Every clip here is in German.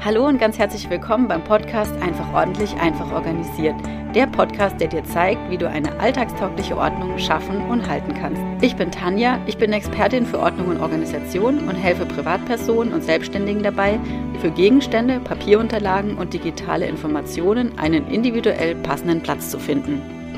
Hallo und ganz herzlich willkommen beim Podcast Einfach ordentlich, einfach organisiert. Der Podcast, der dir zeigt, wie du eine alltagstaugliche Ordnung schaffen und halten kannst. Ich bin Tanja, ich bin Expertin für Ordnung und Organisation und helfe Privatpersonen und Selbstständigen dabei, für Gegenstände, Papierunterlagen und digitale Informationen einen individuell passenden Platz zu finden.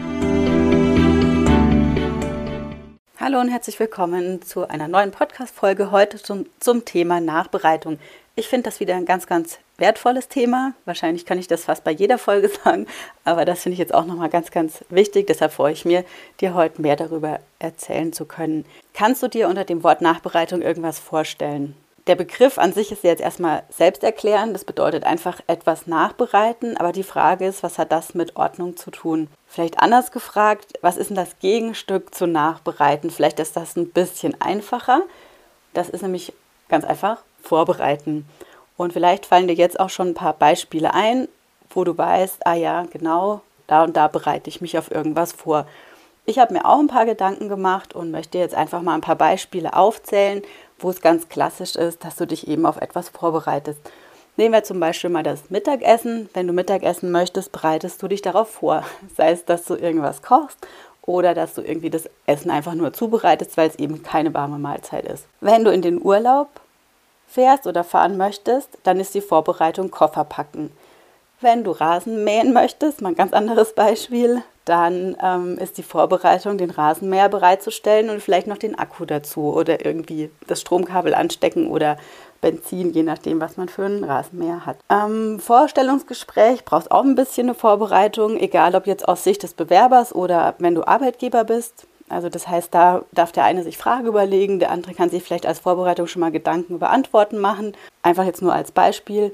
Hallo und herzlich willkommen zu einer neuen Podcast-Folge heute zum Thema Nachbereitung. Ich finde das wieder ein ganz, ganz wertvolles Thema. Wahrscheinlich kann ich das fast bei jeder Folge sagen, aber das finde ich jetzt auch nochmal ganz, ganz wichtig. Deshalb freue ich mich, dir heute mehr darüber erzählen zu können. Kannst du dir unter dem Wort Nachbereitung irgendwas vorstellen? Der Begriff an sich ist jetzt erstmal selbsterklärend. Das bedeutet einfach etwas nachbereiten. Aber die Frage ist, was hat das mit Ordnung zu tun? Vielleicht anders gefragt, was ist denn das Gegenstück zu nachbereiten? Vielleicht ist das ein bisschen einfacher. Das ist nämlich ganz einfach vorbereiten. Und vielleicht fallen dir jetzt auch schon ein paar Beispiele ein, wo du weißt, ja, genau, da und da bereite ich mich auf irgendwas vor. Ich habe mir auch ein paar Gedanken gemacht und möchte jetzt einfach mal ein paar Beispiele aufzählen, wo es ganz klassisch ist, dass du dich eben auf etwas vorbereitest. Nehmen wir zum Beispiel mal das Mittagessen. Wenn du Mittagessen möchtest, bereitest du dich darauf vor. Sei es, dass du irgendwas kochst oder dass du irgendwie das Essen einfach nur zubereitest, weil es eben keine warme Mahlzeit ist. Wenn du in den Urlaub fährst oder fahren möchtest, dann ist die Vorbereitung Koffer packen. Wenn du Rasen mähen möchtest, mal ein ganz anderes Beispiel, dann ist die Vorbereitung, den Rasenmäher bereitzustellen und vielleicht noch den Akku dazu oder irgendwie das Stromkabel anstecken oder Benzin, je nachdem, was man für einen Rasenmäher hat. Vorstellungsgespräch brauchst auch ein bisschen eine Vorbereitung, egal ob jetzt aus Sicht des Bewerbers oder wenn du Arbeitgeber bist. Also das heißt, da darf der eine sich Fragen überlegen, der andere kann sich vielleicht als Vorbereitung schon mal Gedanken über Antworten machen. Einfach jetzt nur als Beispiel,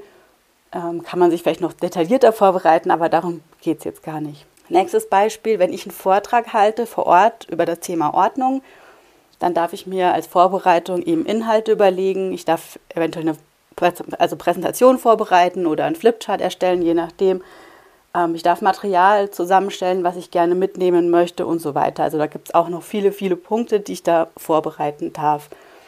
kann man sich vielleicht noch detaillierter vorbereiten, aber darum geht es jetzt gar nicht. Nächstes Beispiel, wenn ich einen Vortrag halte vor Ort über das Thema Ordnung, dann darf ich mir als Vorbereitung eben Inhalte überlegen. Ich darf eventuell eine Präsentation vorbereiten oder einen Flipchart erstellen, je nachdem. Ich darf Material zusammenstellen, was ich gerne mitnehmen möchte und so weiter. Also da gibt es auch noch viele, viele Punkte, die ich da vorbereiten darf.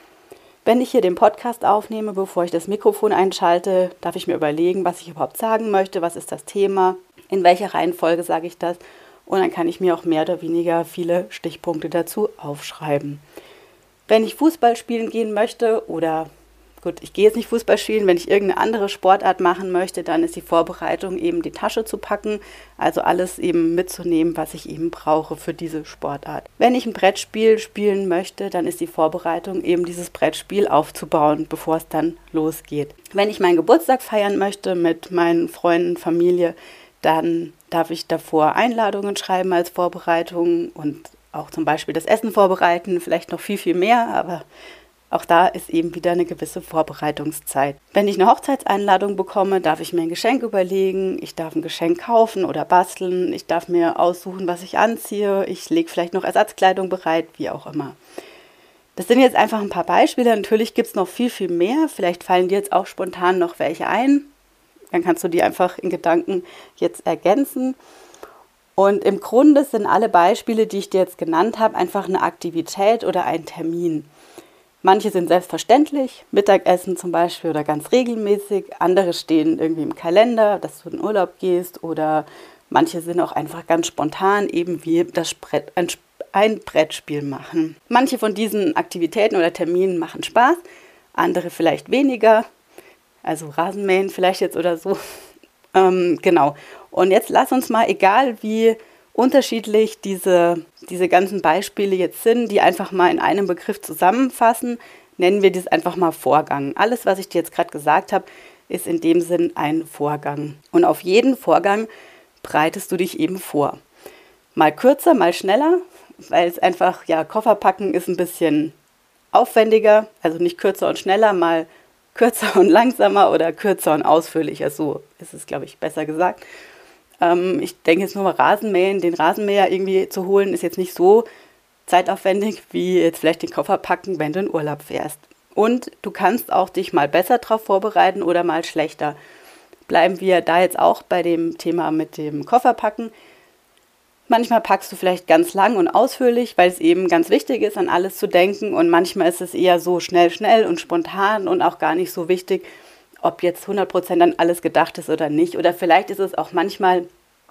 Wenn ich hier den Podcast aufnehme, bevor ich das Mikrofon einschalte, darf ich mir überlegen, was ich überhaupt sagen möchte, was ist das Thema, in welcher Reihenfolge sage ich das. Und dann kann ich mir auch mehr oder weniger viele Stichpunkte dazu aufschreiben. Wenn ich Fußball spielen gehen möchte oder gut, ich gehe jetzt nicht Fußball spielen, wenn ich irgendeine andere Sportart machen möchte, dann ist die Vorbereitung eben die Tasche zu packen, also alles eben mitzunehmen, was ich eben brauche für diese Sportart. Wenn ich ein Brettspiel spielen möchte, dann ist die Vorbereitung eben dieses Brettspiel aufzubauen, bevor es dann losgeht. Wenn ich meinen Geburtstag feiern möchte mit meinen Freunden, Familie, dann darf ich davor Einladungen schreiben als Vorbereitung und auch zum Beispiel das Essen vorbereiten, vielleicht noch viel, viel mehr, aber auch da ist eben wieder eine gewisse Vorbereitungszeit. Wenn ich eine Hochzeitseinladung bekomme, darf ich mir ein Geschenk überlegen, ich darf ein Geschenk kaufen oder basteln, ich darf mir aussuchen, was ich anziehe, ich lege vielleicht noch Ersatzkleidung bereit, wie auch immer. Das sind jetzt einfach ein paar Beispiele, natürlich gibt es noch viel, viel mehr, vielleicht fallen dir jetzt auch spontan noch welche ein, dann kannst du die einfach in Gedanken jetzt ergänzen. Und im Grunde sind alle Beispiele, die ich dir jetzt genannt habe, einfach eine Aktivität oder ein Termin. Manche sind selbstverständlich, Mittagessen zum Beispiel oder ganz regelmäßig. Andere stehen irgendwie im Kalender, dass du in den Urlaub gehst. Oder manche sind auch einfach ganz spontan, eben wie ein Brettspiel machen. Manche von diesen Aktivitäten oder Terminen machen Spaß, andere vielleicht weniger. Also Rasenmähen vielleicht jetzt oder so. Genau. Und jetzt lass uns mal, egal wie unterschiedlich diese ganzen Beispiele jetzt sind, die einfach mal in einem Begriff zusammenfassen, nennen wir das einfach mal Vorgang. Alles, was ich dir jetzt gerade gesagt habe, ist in dem Sinn ein Vorgang. Und auf jeden Vorgang bereitest du dich eben vor. Mal kürzer, mal schneller, weil es einfach, Koffer packen ist ein bisschen aufwendiger, also nicht kürzer und schneller, mal kürzer und langsamer oder kürzer und ausführlicher, so ist es, glaube ich, besser gesagt. Ich denke jetzt nur mal Rasenmähen, den Rasenmäher irgendwie zu holen, ist jetzt nicht so zeitaufwendig wie jetzt vielleicht den Koffer packen, wenn du in Urlaub fährst. Und du kannst auch dich mal besser darauf vorbereiten oder mal schlechter. Bleiben wir da jetzt auch bei dem Thema mit dem Koffer packen. Manchmal packst du vielleicht ganz lang und ausführlich, weil es eben ganz wichtig ist, an alles zu denken. Und manchmal ist es eher so schnell und spontan und auch gar nicht so wichtig, ob jetzt 100% dann alles gedacht ist oder nicht. Oder vielleicht ist es auch manchmal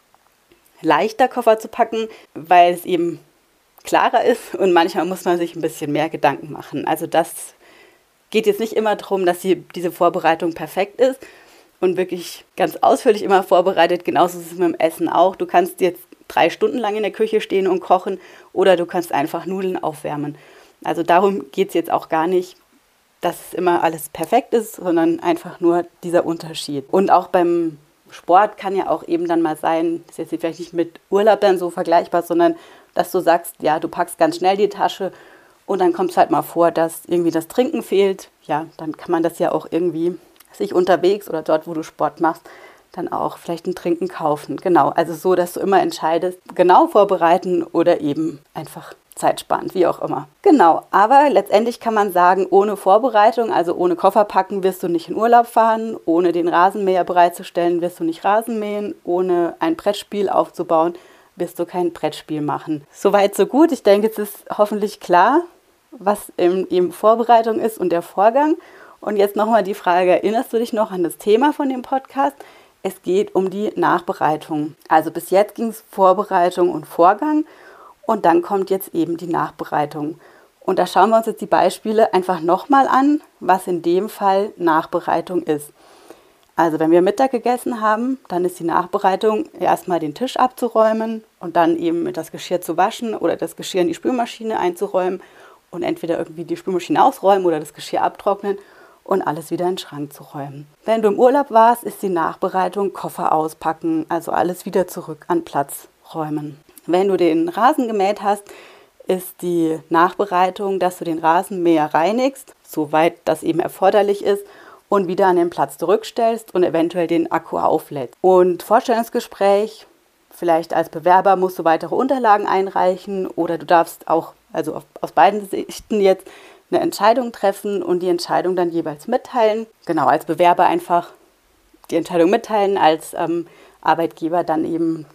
leichter, Koffer zu packen, weil es eben klarer ist und manchmal muss man sich ein bisschen mehr Gedanken machen. Also das geht jetzt nicht immer darum, dass diese Vorbereitung perfekt ist und wirklich ganz ausführlich immer vorbereitet. Genauso ist es mit dem Essen auch. Du kannst jetzt 3 Stunden lang in der Küche stehen und kochen oder du kannst einfach Nudeln aufwärmen. Also darum geht es jetzt auch gar nicht, dass es immer alles perfekt ist, sondern einfach nur dieser Unterschied. Und auch beim Sport kann ja auch eben dann mal sein, das ist jetzt vielleicht nicht mit Urlaub dann so vergleichbar, sondern dass du sagst, ja, du packst ganz schnell die Tasche und dann kommt es halt mal vor, dass irgendwie das Trinken fehlt. Ja, dann kann man das ja auch irgendwie sich unterwegs oder dort, wo du Sport machst, dann auch vielleicht ein Trinken kaufen. Genau, also so, dass du immer entscheidest, genau vorbereiten oder eben einfach zeitsparend, wie auch immer. Genau, aber letztendlich kann man sagen, ohne Vorbereitung, also ohne Koffer packen, wirst du nicht in Urlaub fahren, ohne den Rasenmäher bereitzustellen, wirst du nicht Rasen mähen, ohne ein Brettspiel aufzubauen, wirst du kein Brettspiel machen. Soweit, so gut. Ich denke, es ist hoffentlich klar, was eben Vorbereitung ist und der Vorgang. Und jetzt nochmal die Frage, erinnerst du dich noch an das Thema von dem Podcast? Es geht um die Nachbereitung. Also bis jetzt ging es Vorbereitung und Vorgang und dann kommt jetzt eben die Nachbereitung. Und da schauen wir uns jetzt die Beispiele einfach nochmal an, was in dem Fall Nachbereitung ist. Also wenn wir Mittag gegessen haben, dann ist die Nachbereitung erstmal den Tisch abzuräumen und dann eben das Geschirr zu waschen oder das Geschirr in die Spülmaschine einzuräumen und entweder irgendwie die Spülmaschine ausräumen oder das Geschirr abtrocknen und alles wieder in den Schrank zu räumen. Wenn du im Urlaub warst, ist die Nachbereitung Koffer auspacken, also alles wieder zurück an Platz räumen. Wenn du den Rasen gemäht hast, ist die Nachbereitung, dass du den Rasenmäher reinigst, soweit das eben erforderlich ist, und wieder an den Platz zurückstellst und eventuell den Akku auflädst. Und Vorstellungsgespräch, vielleicht als Bewerber musst du weitere Unterlagen einreichen oder du darfst auch, also aus beiden Sichten jetzt, eine Entscheidung treffen und die Entscheidung dann jeweils mitteilen. Genau, als Bewerber einfach die Entscheidung mitteilen, als Arbeitgeber dann eben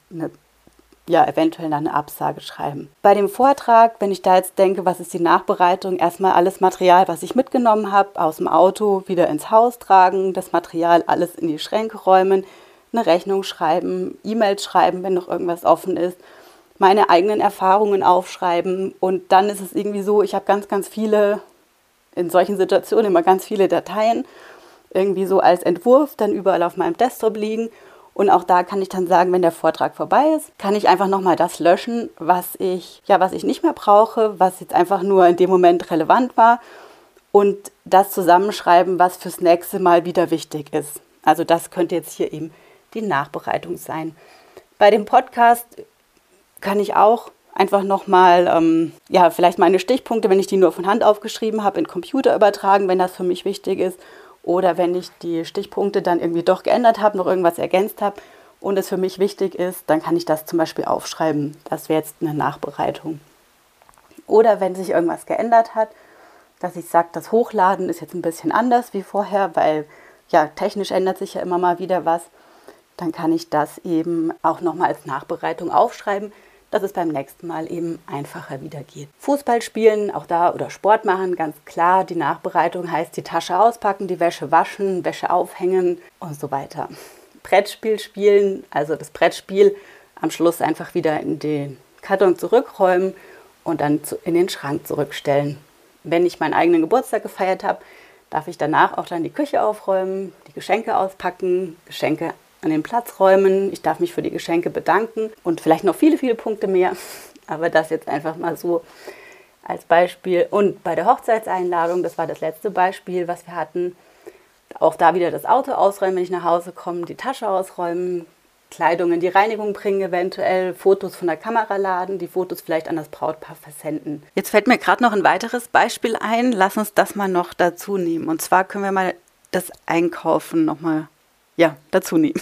eventuell dann eine Absage schreiben. Bei dem Vortrag, wenn ich da jetzt denke, was ist die Nachbereitung, erstmal alles Material, was ich mitgenommen habe, aus dem Auto wieder ins Haus tragen, das Material alles in die Schränke räumen, eine Rechnung schreiben, E-Mails schreiben, wenn noch irgendwas offen ist, meine eigenen Erfahrungen aufschreiben und dann ist es irgendwie so, ich habe ganz, ganz viele, in solchen Situationen immer ganz viele Dateien, irgendwie so als Entwurf dann überall auf meinem Desktop liegen. Und auch da kann ich dann sagen, wenn der Vortrag vorbei ist, kann ich einfach nochmal das löschen, was ich nicht mehr brauche, was jetzt einfach nur in dem Moment relevant war und das zusammenschreiben, was fürs nächste Mal wieder wichtig ist. Also das könnte jetzt hier eben die Nachbereitung sein. Bei dem Podcast kann ich auch einfach nochmal, vielleicht meine Stichpunkte, wenn ich die nur von Hand aufgeschrieben habe, in den Computer übertragen, wenn das für mich wichtig ist. Oder wenn ich die Stichpunkte dann irgendwie doch geändert habe, noch irgendwas ergänzt habe und es für mich wichtig ist, dann kann ich das zum Beispiel aufschreiben. Das wäre jetzt eine Nachbereitung. Oder wenn sich irgendwas geändert hat, dass ich sage, das Hochladen ist jetzt ein bisschen anders wie vorher, weil technisch ändert sich ja immer mal wieder was, dann kann ich das eben auch nochmal als Nachbereitung aufschreiben, dass es beim nächsten Mal eben einfacher wieder geht. Fußball spielen, auch da, oder Sport machen, ganz klar. Die Nachbereitung heißt die Tasche auspacken, die Wäsche waschen, Wäsche aufhängen und so weiter. Brettspiel spielen, also das Brettspiel am Schluss einfach wieder in den Karton zurückräumen und dann in den Schrank zurückstellen. Wenn ich meinen eigenen Geburtstag gefeiert habe, darf ich danach auch dann die Küche aufräumen, die Geschenke auspacken, Geschenke an den Platz räumen. Ich darf mich für die Geschenke bedanken und vielleicht noch viele, viele Punkte mehr. Aber das jetzt einfach mal so als Beispiel. Und bei der Hochzeitseinladung, das war das letzte Beispiel, was wir hatten, auch da wieder das Auto ausräumen, wenn ich nach Hause komme, die Tasche ausräumen, Kleidung in die Reinigung bringen, eventuell Fotos von der Kamera laden, die Fotos vielleicht an das Brautpaar versenden. Jetzt fällt mir gerade noch ein weiteres Beispiel ein. Lass uns das mal noch dazu nehmen. Und zwar können wir mal das Einkaufen nochmal dazu nehmen.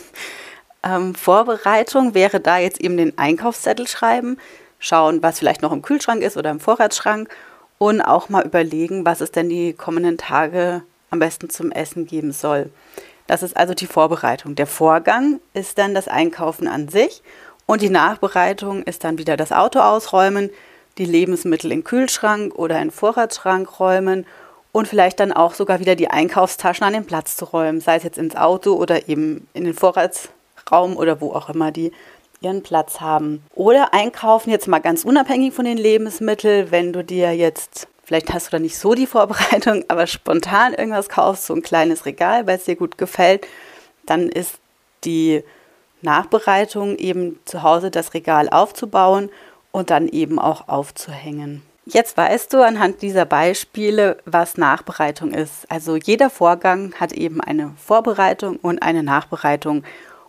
Vorbereitung wäre da jetzt eben den Einkaufszettel schreiben, schauen, was vielleicht noch im Kühlschrank ist oder im Vorratsschrank und auch mal überlegen, was es denn die kommenden Tage am besten zum Essen geben soll. Das ist also die Vorbereitung. Der Vorgang ist dann das Einkaufen an sich und die Nachbereitung ist dann wieder das Auto ausräumen, die Lebensmittel in den Kühlschrank oder in den Vorratsschrank räumen und vielleicht dann auch sogar wieder die Einkaufstaschen an den Platz zu räumen, sei es jetzt ins Auto oder eben in den Vorratsraum oder wo auch immer die ihren Platz haben. Oder einkaufen jetzt mal ganz unabhängig von den Lebensmitteln, wenn du dir jetzt, vielleicht hast du da nicht so die Vorbereitung, aber spontan irgendwas kaufst, so ein kleines Regal, weil es dir gut gefällt, dann ist die Nachbereitung eben zu Hause das Regal aufzubauen und dann eben auch aufzuhängen. Jetzt weißt du anhand dieser Beispiele, was Nachbereitung ist. Also jeder Vorgang hat eben eine Vorbereitung und eine Nachbereitung.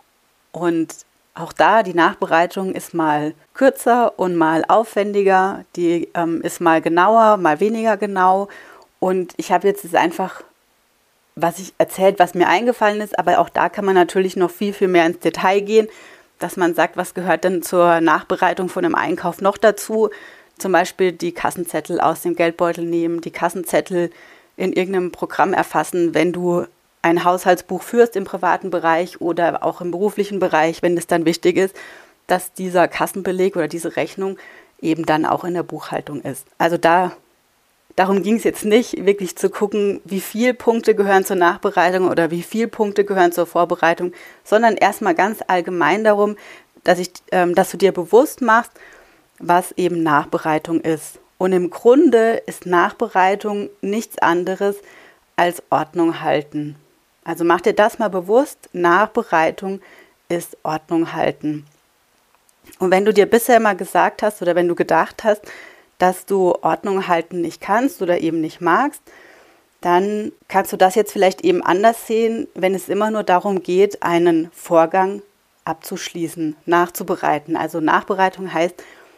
Und auch da, die Nachbereitung ist mal kürzer und mal aufwendiger, die ist mal genauer, mal weniger genau. Und ich habe jetzt einfach, was ich erzählt, was mir eingefallen ist, aber auch da kann man natürlich noch viel, viel mehr ins Detail gehen, dass man sagt, was gehört denn zur Nachbereitung von einem Einkauf noch dazu. Zum Beispiel die Kassenzettel aus dem Geldbeutel nehmen, die Kassenzettel in irgendeinem Programm erfassen, wenn du ein Haushaltsbuch führst im privaten Bereich oder auch im beruflichen Bereich, wenn es dann wichtig ist, dass dieser Kassenbeleg oder diese Rechnung eben dann auch in der Buchhaltung ist. Also darum ging es jetzt nicht, wirklich zu gucken, wie viele Punkte gehören zur Nachbereitung oder wie viele Punkte gehören zur Vorbereitung, sondern erstmal ganz allgemein darum, dass du dir bewusst machst, was eben Nachbereitung ist. Und im Grunde ist Nachbereitung nichts anderes als Ordnung halten. Also mach dir das mal bewusst, Nachbereitung ist Ordnung halten. Und wenn du dir bisher mal gesagt hast oder wenn du gedacht hast, dass du Ordnung halten nicht kannst oder eben nicht magst, dann kannst du das jetzt vielleicht eben anders sehen, wenn es immer nur darum geht, einen Vorgang abzuschließen, nachzubereiten. Also Nachbereitung heißt,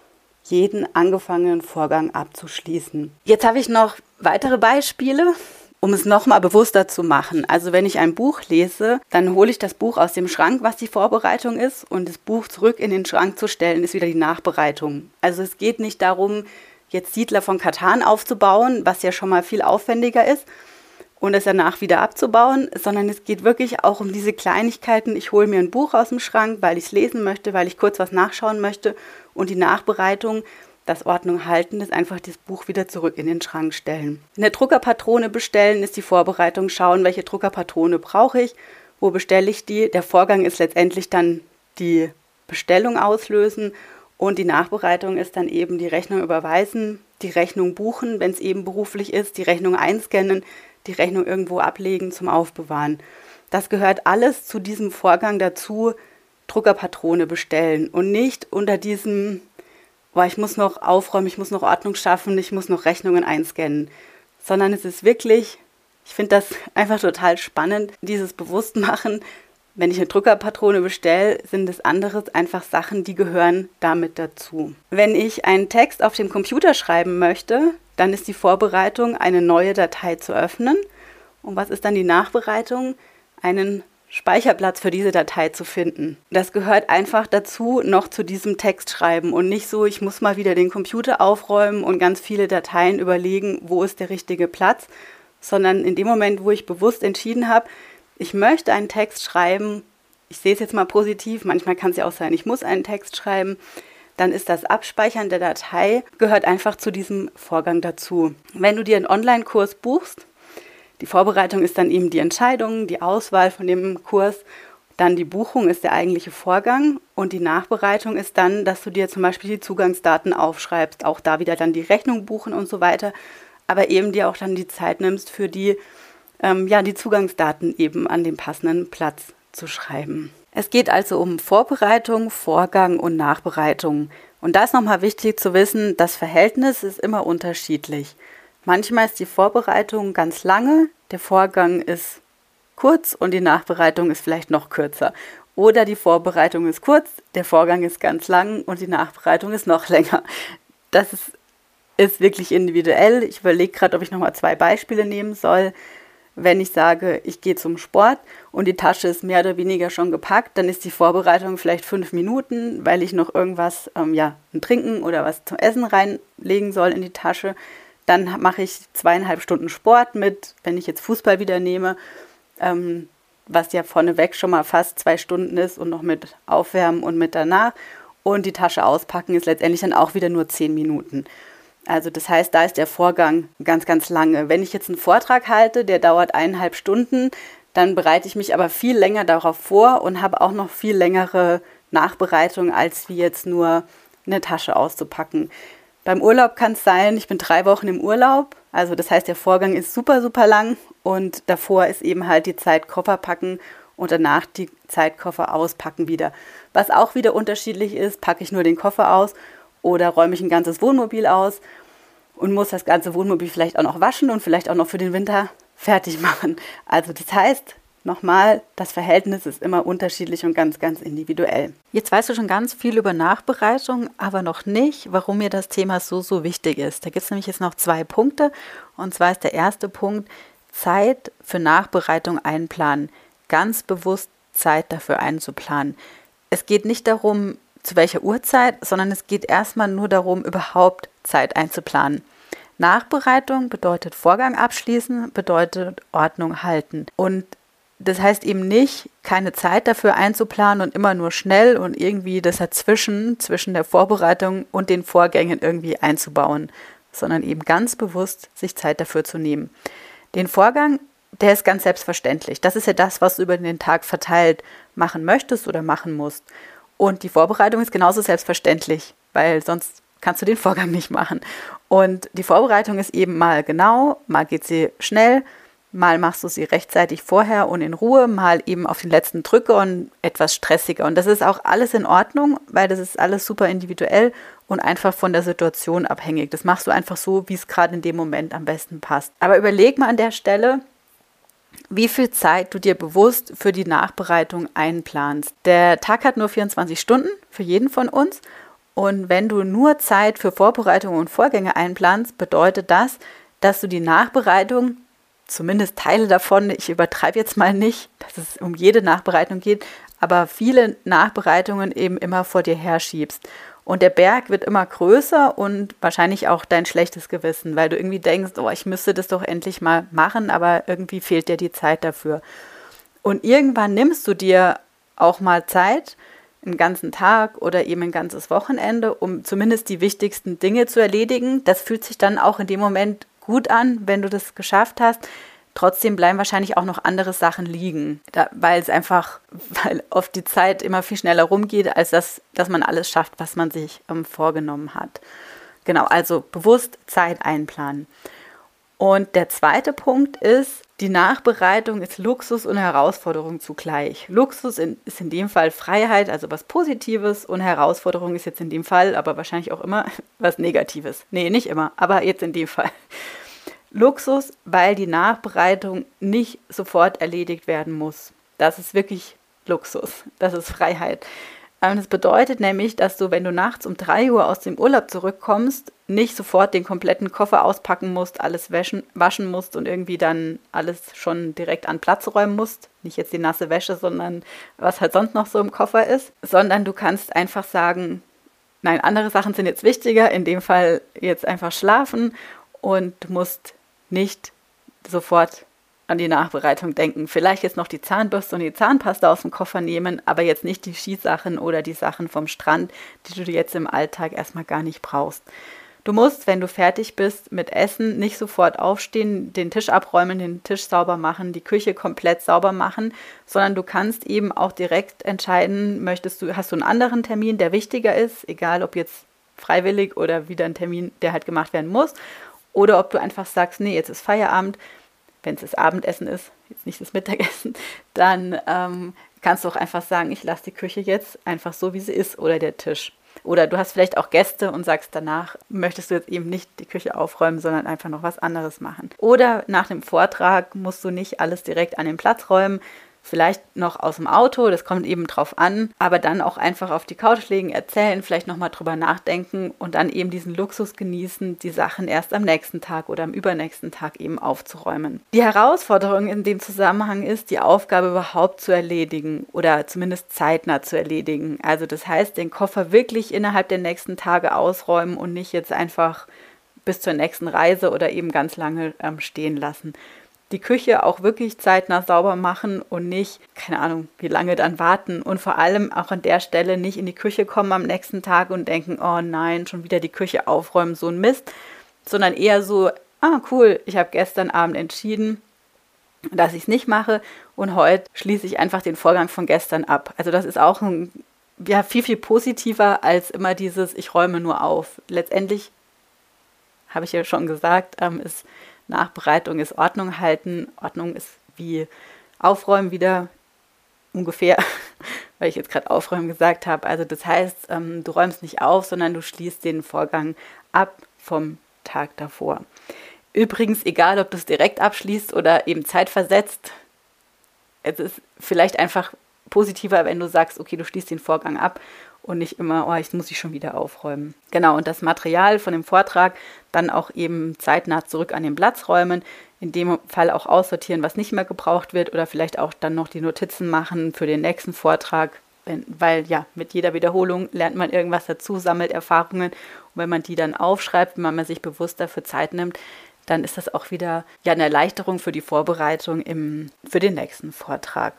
jeden angefangenen Vorgang abzuschließen. Jetzt habe ich noch weitere Beispiele, um es nochmal bewusster zu machen. Also wenn ich ein Buch lese, dann hole ich das Buch aus dem Schrank, was die Vorbereitung ist, und das Buch zurück in den Schrank zu stellen, ist wieder die Nachbereitung. Also es geht nicht darum, jetzt Siedler von Catan aufzubauen, was ja schon mal viel aufwendiger ist, und es danach wieder abzubauen, sondern es geht wirklich auch um diese Kleinigkeiten. Ich hole mir ein Buch aus dem Schrank, weil ich es lesen möchte, weil ich kurz was nachschauen möchte, und die Nachbereitung, das Ordnung halten, ist einfach das Buch wieder zurück in den Schrank stellen. Eine Druckerpatrone bestellen ist die Vorbereitung, schauen, welche Druckerpatrone brauche ich, wo bestelle ich die. Der Vorgang ist letztendlich dann die Bestellung auslösen, und die Nachbereitung ist dann eben die Rechnung überweisen, die Rechnung buchen, wenn es eben beruflich ist, die Rechnung einscannen, die Rechnung irgendwo ablegen zum Aufbewahren. Das gehört alles zu diesem Vorgang dazu, Druckerpatrone bestellen, und nicht unter diesem, ich muss noch aufräumen, ich muss noch Ordnung schaffen, ich muss noch Rechnungen einscannen, sondern es ist wirklich, ich finde das einfach total spannend, dieses Bewusstmachen. Wenn ich eine Druckerpatrone bestelle, sind es anderes einfach Sachen, die gehören damit dazu. Wenn ich einen Text auf dem Computer schreiben möchte, dann ist die Vorbereitung, eine neue Datei zu öffnen. Und was ist dann die Nachbereitung? Einen Speicherplatz für diese Datei zu finden. Das gehört einfach dazu, noch zu diesem Text schreiben, und nicht so, ich muss mal wieder den Computer aufräumen und ganz viele Dateien überlegen, wo ist der richtige Platz, sondern in dem Moment, wo ich bewusst entschieden habe, ich möchte einen Text schreiben, ich sehe es jetzt mal positiv, manchmal kann es ja auch sein, ich muss einen Text schreiben, dann ist das Abspeichern der Datei, gehört einfach zu diesem Vorgang dazu. Wenn du dir einen Online-Kurs buchst, die Vorbereitung ist dann eben die Entscheidung, die Auswahl von dem Kurs, dann die Buchung ist der eigentliche Vorgang, und die Nachbereitung ist dann, dass du dir zum Beispiel die Zugangsdaten aufschreibst, auch da wieder dann die Rechnung buchen und so weiter, aber eben dir auch dann die Zeit nimmst für die Zugangsdaten eben an den passenden Platz zu schreiben. Es geht also um Vorbereitung, Vorgang und Nachbereitung. Und da ist nochmal wichtig zu wissen, das Verhältnis ist immer unterschiedlich. Manchmal ist die Vorbereitung ganz lange, der Vorgang ist kurz und die Nachbereitung ist vielleicht noch kürzer. Oder die Vorbereitung ist kurz, der Vorgang ist ganz lang und die Nachbereitung ist noch länger. Das ist wirklich individuell. Ich überlege gerade, ob ich nochmal 2 Beispiele nehmen soll. Wenn ich sage, ich gehe zum Sport und die Tasche ist mehr oder weniger schon gepackt, dann ist die Vorbereitung vielleicht 5 Minuten, weil ich noch irgendwas, ein Trinken oder was zum Essen reinlegen soll in die Tasche. Dann mache ich 2,5 Stunden Sport mit, wenn ich jetzt Fußball wieder nehme, was ja vorneweg schon mal fast 2 Stunden ist, und noch mit Aufwärmen und mit danach. Und die Tasche auspacken ist letztendlich dann auch wieder nur 10 Minuten. Also das heißt, da ist der Vorgang ganz, ganz lange. Wenn ich jetzt einen Vortrag halte, der dauert 1,5 Stunden, dann bereite ich mich aber viel länger darauf vor und habe auch noch viel längere Nachbereitung, als wie jetzt nur eine Tasche auszupacken. Beim Urlaub kann es sein, ich bin 3 Wochen im Urlaub, also das heißt, der Vorgang ist super, super lang und davor ist eben halt die Zeit Koffer packen und danach die Zeit Koffer auspacken wieder. Was auch wieder unterschiedlich ist, packe ich nur den Koffer aus oder räume ich ein ganzes Wohnmobil aus und muss das ganze Wohnmobil vielleicht auch noch waschen und vielleicht auch noch für den Winter fertig machen. Also das heißt, nochmal, das Verhältnis ist immer unterschiedlich und ganz, ganz individuell. Jetzt weißt du schon ganz viel über Nachbereitung, aber noch nicht, warum mir das Thema so, so wichtig ist. Da gibt es nämlich jetzt noch 2 Punkte. Und zwar ist der erste Punkt, Zeit für Nachbereitung einplanen. Ganz bewusst Zeit dafür einzuplanen. Es geht nicht darum, zu welcher Uhrzeit, sondern es geht erstmal nur darum, überhaupt Zeit einzuplanen. Nachbereitung bedeutet Vorgang abschließen, bedeutet Ordnung halten. Und das heißt eben nicht, keine Zeit dafür einzuplanen und immer nur schnell und irgendwie das dazwischen, zwischen der Vorbereitung und den Vorgängen irgendwie einzubauen, sondern eben ganz bewusst sich Zeit dafür zu nehmen. Den Vorgang, der ist ganz selbstverständlich. Das ist ja das, was du über den Tag verteilt machen möchtest oder machen musst. Und die Vorbereitung ist genauso selbstverständlich, weil sonst kannst du den Vorgang nicht machen. Und die Vorbereitung ist eben mal genau, mal geht sie schnell, mal machst du sie rechtzeitig vorher und in Ruhe, mal eben auf den letzten Drücker und etwas stressiger. Und das ist auch alles in Ordnung, weil das ist alles super individuell und einfach von der Situation abhängig. Das machst du einfach so, wie es gerade in dem Moment am besten passt. Aber überleg mal an der Stelle, wie viel Zeit du dir bewusst für die Nachbereitung einplanst. Der Tag hat nur 24 Stunden für jeden von uns. Und wenn du nur Zeit für Vorbereitung und Vorgänge einplanst, bedeutet das, dass du die Nachbereitung, zumindest Teile davon, ich übertreibe jetzt mal nicht, dass es um jede Nachbereitung geht, aber viele Nachbereitungen eben immer vor dir herschiebst. Und der Berg wird immer größer und wahrscheinlich auch dein schlechtes Gewissen, weil du irgendwie denkst, oh, ich müsste das doch endlich mal machen, aber irgendwie fehlt dir die Zeit dafür. Und irgendwann nimmst du dir auch mal Zeit, einen ganzen Tag oder eben ein ganzes Wochenende, um zumindest die wichtigsten Dinge zu erledigen. Das fühlt sich dann auch in dem Moment gut an, wenn du das geschafft hast. Trotzdem bleiben wahrscheinlich auch noch andere Sachen liegen, weil oft die Zeit immer viel schneller rumgeht, als dass man alles schafft, was man sich vorgenommen hat. Genau, also bewusst Zeit einplanen. Und der zweite Punkt ist, die Nachbereitung ist Luxus und Herausforderung zugleich. Luxus ist in dem Fall Freiheit, also was Positives, und Herausforderung ist jetzt in dem Fall, aber wahrscheinlich auch immer, was Negatives. Nee, nicht immer, aber jetzt in dem Fall. Luxus, weil die Nachbereitung nicht sofort erledigt werden muss. Das ist wirklich Luxus, das ist Freiheit. Das bedeutet nämlich, dass du, wenn du nachts um 3 Uhr aus dem Urlaub zurückkommst, nicht sofort den kompletten Koffer auspacken musst, alles waschen musst und irgendwie dann alles schon direkt an Platz räumen musst. Nicht jetzt die nasse Wäsche, sondern was halt sonst noch so im Koffer ist. Sondern du kannst einfach sagen, nein, andere Sachen sind jetzt wichtiger, in dem Fall jetzt einfach schlafen und du musst nicht sofort an die Nachbereitung denken. Vielleicht jetzt noch die Zahnbürste und die Zahnpasta aus dem Koffer nehmen, aber jetzt nicht die Skisachen oder die Sachen vom Strand, die du jetzt im Alltag erstmal gar nicht brauchst. Du musst, wenn du fertig bist mit Essen, nicht sofort aufstehen, den Tisch abräumen, den Tisch sauber machen, die Küche komplett sauber machen, sondern du kannst eben auch direkt entscheiden, hast du einen anderen Termin, der wichtiger ist, egal ob jetzt freiwillig oder wieder ein Termin, der halt gemacht werden muss, oder ob du einfach sagst, nee, jetzt ist Feierabend, wenn es das Abendessen ist, jetzt nicht das Mittagessen, dann kannst du auch einfach sagen, ich lasse die Küche jetzt einfach so, wie sie ist, oder der Tisch. Oder du hast vielleicht auch Gäste und sagst danach, möchtest du jetzt eben nicht die Küche aufräumen, sondern einfach noch was anderes machen. Oder nach dem Vortrag musst du nicht alles direkt an den Platz räumen, vielleicht noch aus dem Auto, das kommt eben drauf an, aber dann auch einfach auf die Couch legen, erzählen, vielleicht nochmal drüber nachdenken und dann eben diesen Luxus genießen, die Sachen erst am nächsten Tag oder am übernächsten Tag eben aufzuräumen. Die Herausforderung in dem Zusammenhang ist, die Aufgabe überhaupt zu erledigen oder zumindest zeitnah zu erledigen. Also das heißt, den Koffer wirklich innerhalb der nächsten Tage ausräumen und nicht jetzt einfach bis zur nächsten Reise oder eben ganz lange stehen lassen. Die Küche auch wirklich zeitnah sauber machen und nicht, keine Ahnung, wie lange dann warten und vor allem auch an der Stelle nicht in die Küche kommen am nächsten Tag und denken, oh nein, schon wieder die Küche aufräumen, so ein Mist, sondern eher so, cool, ich habe gestern Abend entschieden, dass ich es nicht mache und heute schließe ich einfach den Vorgang von gestern ab. Also das ist auch viel, viel positiver als immer dieses, ich räume nur auf. Letztendlich, habe ich ja schon gesagt, ist Nachbereitung, ist Ordnung halten. Ordnung ist wie Aufräumen wieder ungefähr, weil ich jetzt gerade Aufräumen gesagt habe. Also das heißt, du räumst nicht auf, sondern du schließt den Vorgang ab vom Tag davor. Übrigens, egal ob du es direkt abschließt oder eben zeitversetzt, es ist vielleicht einfach positiver, wenn du sagst, okay, du schließt den Vorgang ab und nicht immer, jetzt muss ich schon wieder aufräumen. Genau, und das Material von dem Vortrag dann auch eben zeitnah zurück an den Platz räumen, in dem Fall auch aussortieren, was nicht mehr gebraucht wird oder vielleicht auch dann noch die Notizen machen für den nächsten Vortrag, weil ja, mit jeder Wiederholung lernt man irgendwas dazu, sammelt Erfahrungen und wenn man die dann aufschreibt, wenn man sich bewusst dafür Zeit nimmt, dann ist das auch wieder eine Erleichterung für die Vorbereitung für den nächsten Vortrag.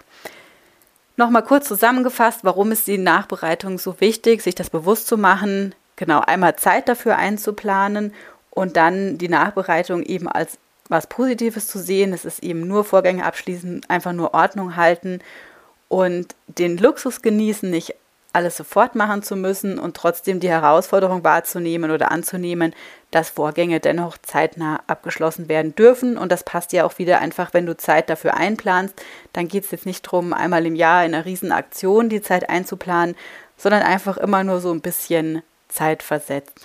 Nochmal kurz zusammengefasst, warum ist die Nachbereitung so wichtig, sich das bewusst zu machen, genau, einmal Zeit dafür einzuplanen und dann die Nachbereitung eben als was Positives zu sehen. Es ist eben nur Vorgänge abschließen, einfach nur Ordnung halten und den Luxus genießen, nicht alles sofort machen zu müssen und trotzdem die Herausforderung wahrzunehmen oder anzunehmen, dass Vorgänge dennoch zeitnah abgeschlossen werden dürfen. Und das passt ja auch wieder einfach, wenn du Zeit dafür einplanst. Dann geht es jetzt nicht darum, einmal im Jahr in einer Riesenaktion die Zeit einzuplanen, sondern einfach immer nur so ein bisschen zeitversetzt.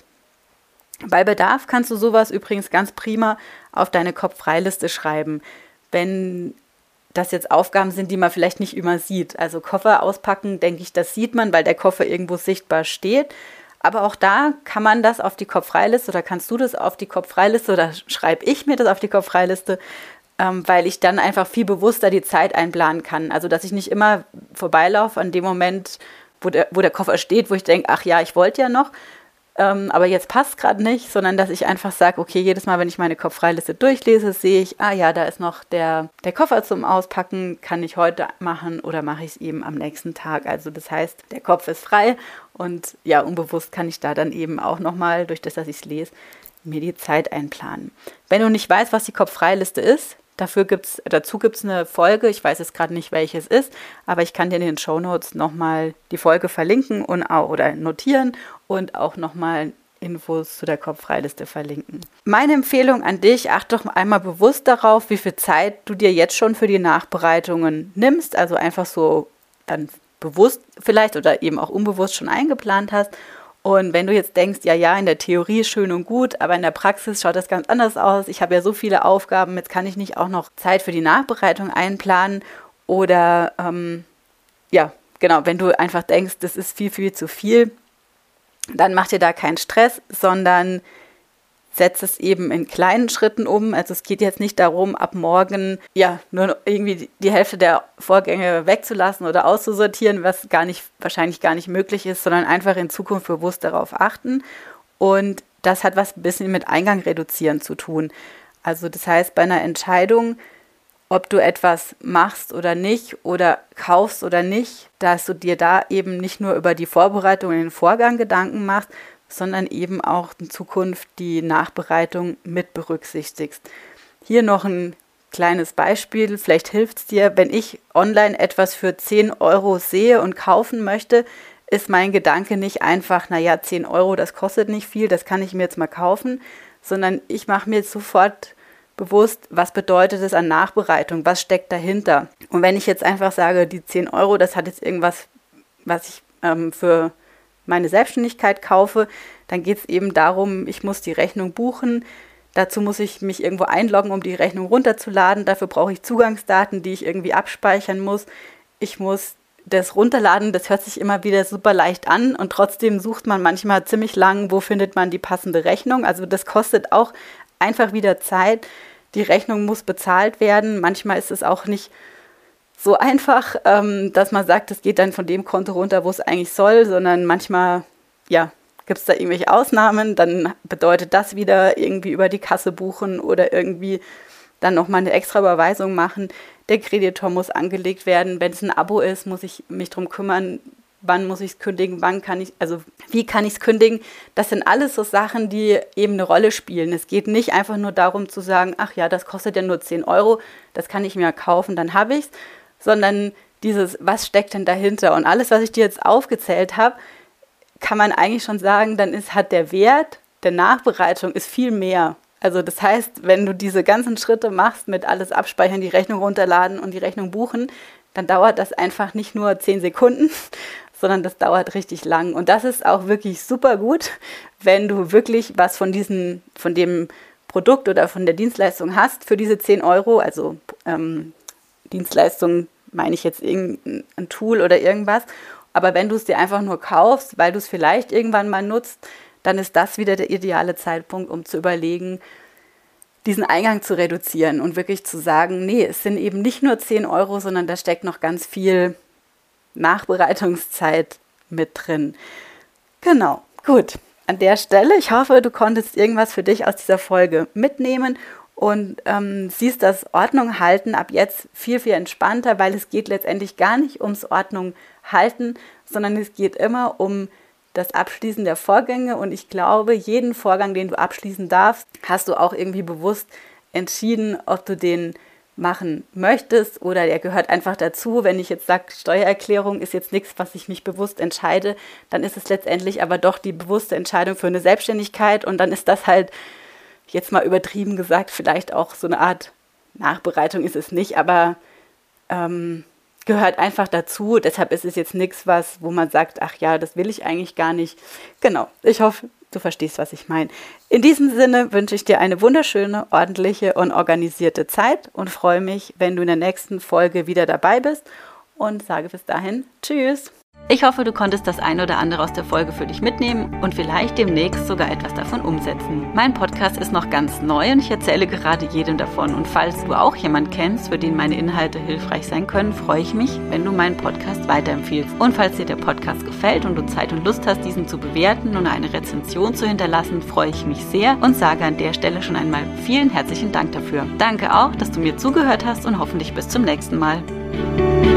Bei Bedarf kannst du sowas übrigens ganz prima auf deine Kopf-Frei-Liste schreiben, wenn das jetzt Aufgaben sind, die man vielleicht nicht immer sieht. Also Koffer auspacken, denke ich, das sieht man, weil der Koffer irgendwo sichtbar steht. Aber auch da kann man das auf die Kopf-Frei-Liste oder kannst du das auf die Kopf-Frei-Liste oder schreibe ich mir das auf die Kopf-Frei-Liste, weil ich dann einfach viel bewusster die Zeit einplanen kann. Also dass ich nicht immer vorbeilaufe an dem Moment, wo der Koffer steht, wo ich denke, ach ja, ich wollte ja noch, aber jetzt passt gerade nicht, sondern dass ich einfach sage, okay, jedes Mal, wenn ich meine Kopf-Frei-Liste durchlese, sehe ich, da ist noch der Koffer zum Auspacken, kann ich heute machen oder mache ich es eben am nächsten Tag. Also das heißt, der Kopf ist frei und ja, unbewusst kann ich da dann eben auch nochmal, durch das, dass ich es lese, mir die Zeit einplanen. Wenn du nicht weißt, was die Kopf-Frei-Liste ist, dazu gibt es eine Folge, ich weiß jetzt gerade nicht, welches ist, aber ich kann dir in den Shownotes nochmal die Folge verlinken oder notieren und auch nochmal Infos zu der Kopf-Frei-Liste verlinken. Meine Empfehlung an dich, achte doch einmal bewusst darauf, wie viel Zeit du dir jetzt schon für die Nachbereitungen nimmst, also einfach so dann bewusst vielleicht oder eben auch unbewusst schon eingeplant hast. Und wenn du jetzt denkst, ja, in der Theorie ist schön und gut, aber in der Praxis schaut das ganz anders aus. Ich habe ja so viele Aufgaben, jetzt kann ich nicht auch noch Zeit für die Nachbereitung einplanen. Oder wenn du einfach denkst, das ist viel, viel zu viel, dann mach dir da keinen Stress, sondern setz es eben in kleinen Schritten um. Also es geht jetzt nicht darum, ab morgen nur irgendwie die Hälfte der Vorgänge wegzulassen oder auszusortieren, was wahrscheinlich gar nicht möglich ist, sondern einfach in Zukunft bewusst darauf achten. Und das hat was ein bisschen mit Eingang reduzieren zu tun. Also das heißt, bei einer Entscheidung, ob du etwas machst oder nicht oder kaufst oder nicht, dass du dir da eben nicht nur über die Vorbereitung in den Vorgang Gedanken machst, sondern eben auch in Zukunft die Nachbereitung mit berücksichtigst. Hier noch ein kleines Beispiel, vielleicht hilft es dir, wenn ich online etwas für 10 Euro sehe und kaufen möchte, ist mein Gedanke nicht einfach, 10 Euro, das kostet nicht viel, das kann ich mir jetzt mal kaufen, sondern ich mache mir jetzt sofort bewusst, was bedeutet es an Nachbereitung, was steckt dahinter. Und wenn ich jetzt einfach sage, die 10 Euro, das hat jetzt irgendwas, was ich für meine Selbstständigkeit kaufe, dann geht es eben darum, ich muss die Rechnung buchen, dazu muss ich mich irgendwo einloggen, um die Rechnung runterzuladen, dafür brauche ich Zugangsdaten, die ich irgendwie abspeichern muss, ich muss das runterladen, das hört sich immer wieder super leicht an und trotzdem sucht man manchmal ziemlich lang, wo findet man die passende Rechnung, also das kostet auch einfach wieder Zeit, die Rechnung muss bezahlt werden, manchmal ist es auch nicht so einfach, dass man sagt, es geht dann von dem Konto runter, wo es eigentlich soll, sondern manchmal, gibt es da irgendwelche Ausnahmen, dann bedeutet das wieder irgendwie über die Kasse buchen oder irgendwie dann nochmal eine extra Überweisung machen. Der Kreditor muss angelegt werden. Wenn es ein Abo ist, muss ich mich darum kümmern, wann muss ich es kündigen, wie kann ich es kündigen. Das sind alles so Sachen, die eben eine Rolle spielen. Es geht nicht einfach nur darum zu sagen, ach ja, das kostet ja nur 10 Euro, das kann ich mir kaufen, dann habe ich es, sondern dieses, was steckt denn dahinter? Und alles, was ich dir jetzt aufgezählt habe, kann man eigentlich schon sagen, dann hat der Wert der Nachbereitung ist viel mehr. Also das heißt, wenn du diese ganzen Schritte machst mit alles abspeichern, die Rechnung runterladen und die Rechnung buchen, dann dauert das einfach nicht nur 10 Sekunden, sondern das dauert richtig lang. Und das ist auch wirklich super gut, wenn du wirklich was von dem Produkt oder von der Dienstleistung hast für diese 10 Euro, also Dienstleistung meine ich jetzt irgendein Tool oder irgendwas, aber wenn du es dir einfach nur kaufst, weil du es vielleicht irgendwann mal nutzt, dann ist das wieder der ideale Zeitpunkt, um zu überlegen, diesen Eingang zu reduzieren und wirklich zu sagen, nee, es sind eben nicht nur 10 Euro, sondern da steckt noch ganz viel Nachbereitungszeit mit drin. Genau, gut. An der Stelle, ich hoffe, du konntest irgendwas für dich aus dieser Folge mitnehmen und siehst das Ordnung halten ab jetzt viel, viel entspannter, weil es geht letztendlich gar nicht ums Ordnung halten, sondern es geht immer um das Abschließen der Vorgänge und ich glaube, jeden Vorgang, den du abschließen darfst, hast du auch irgendwie bewusst entschieden, ob du den machen möchtest oder der gehört einfach dazu. Wenn ich jetzt sage, Steuererklärung ist jetzt nichts, was ich mich bewusst entscheide, dann ist es letztendlich aber doch die bewusste Entscheidung für eine Selbstständigkeit und dann ist das halt, jetzt mal übertrieben gesagt, vielleicht auch so eine Art Nachbereitung ist es nicht, aber gehört einfach dazu. Deshalb ist es jetzt nichts, wo man sagt, ach ja, das will ich eigentlich gar nicht. Genau, ich hoffe, du verstehst, was ich meine. In diesem Sinne wünsche ich dir eine wunderschöne, ordentliche und organisierte Zeit und freue mich, wenn du in der nächsten Folge wieder dabei bist und sage bis dahin Tschüss. Ich hoffe, du konntest das eine oder andere aus der Folge für dich mitnehmen und vielleicht demnächst sogar etwas davon umsetzen. Mein Podcast ist noch ganz neu und ich erzähle gerade jedem davon. Und falls du auch jemanden kennst, für den meine Inhalte hilfreich sein können, freue ich mich, wenn du meinen Podcast weiterempfiehlst. Und falls dir der Podcast gefällt und du Zeit und Lust hast, diesen zu bewerten und eine Rezension zu hinterlassen, freue ich mich sehr und sage an der Stelle schon einmal vielen herzlichen Dank dafür. Danke auch, dass du mir zugehört hast und hoffentlich bis zum nächsten Mal.